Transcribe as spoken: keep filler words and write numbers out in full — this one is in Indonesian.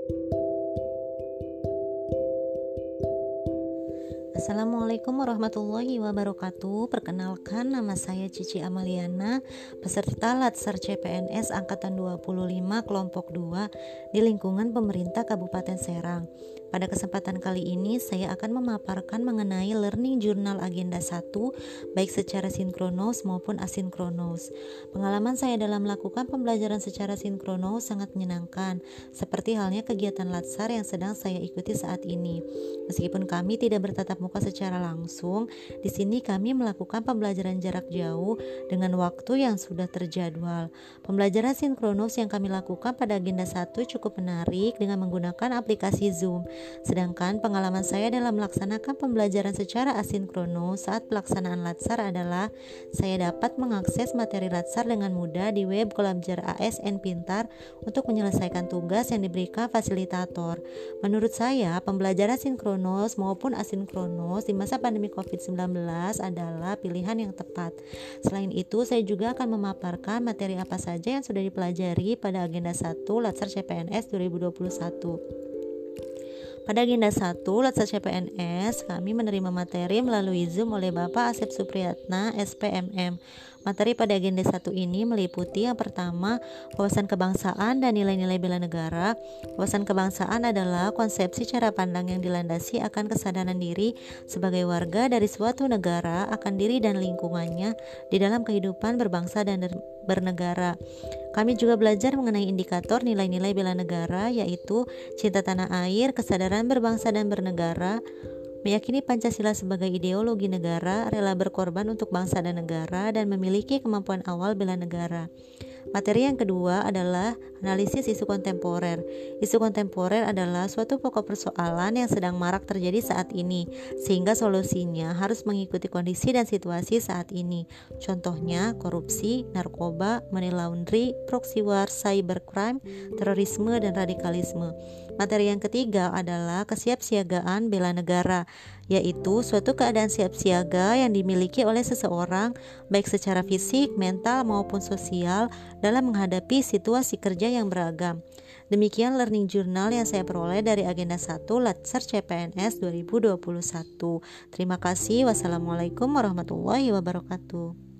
Assalamualaikum warahmatullahi wabarakatuh. Perkenalkan, nama saya Cici Amaliana, peserta Latsar C P N S Angkatan dua puluh lima Kelompok dua di lingkungan pemerintah Kabupaten Serang. Pada kesempatan kali ini saya akan memaparkan mengenai Learning Journal Agenda satu baik secara sinkronos maupun asinkronos. Pengalaman saya dalam melakukan pembelajaran secara sinkronos sangat menyenangkan, seperti halnya kegiatan Latsar yang sedang saya ikuti saat ini. Meskipun kami tidak bertatap muka secara langsung, di sini kami melakukan pembelajaran jarak jauh dengan waktu yang sudah terjadwal. Pembelajaran sinkronos yang kami lakukan pada agenda satu cukup menarik dengan menggunakan aplikasi Zoom. Sedangkan pengalaman saya dalam melaksanakan pembelajaran secara asinkronos saat pelaksanaan Latsar adalah saya dapat mengakses materi Latsar dengan mudah di web Kolabjar A S N Pintar untuk menyelesaikan tugas yang diberikan fasilitator. Menurut saya, pembelajaran sinkronos maupun asinkronos di masa pandemi covid sembilan belas adalah pilihan yang tepat. Selain itu, saya juga akan memaparkan materi apa saja yang sudah dipelajari pada agenda satu Latsar C P N S dua ribu dua puluh satu. Pada agenda satu Latsar C P N S, kami menerima materi melalui Zoom oleh Bapak Asep Supriyatna, S P M M. Materi pada agenda satu ini meliputi yang pertama, wawasan kebangsaan dan nilai-nilai bela negara. Wawasan kebangsaan adalah konsepsi cara pandang yang dilandasi akan kesadaran diri sebagai warga dari suatu negara akan diri dan lingkungannya di dalam kehidupan berbangsa dan bernegara. Kami juga belajar mengenai indikator nilai-nilai bela negara, yaitu cinta tanah air, kesadaran berbangsa dan bernegara, meyakini Pancasila sebagai ideologi negara, rela berkorban untuk bangsa dan negara, dan memiliki kemampuan awal bela negara. Materi yang kedua adalah analisis isu kontemporer. Isu kontemporer adalah suatu pokok persoalan yang sedang marak terjadi saat ini, sehingga solusinya harus mengikuti kondisi dan situasi saat ini. Contohnya, korupsi, narkoba, money laundry, proxy war, cybercrime, terorisme, dan radikalisme. Materi yang ketiga adalah kesiapsiagaan bela negara, yaitu suatu keadaan siap siaga yang dimiliki oleh seseorang baik secara fisik, mental, maupun sosial dalam menghadapi situasi kerja yang beragam. Demikian learning journal yang saya peroleh dari agenda satu Latsar C P N S dua ribu dua puluh satu. Terima kasih. Wassalamualaikum warahmatullahi wabarakatuh.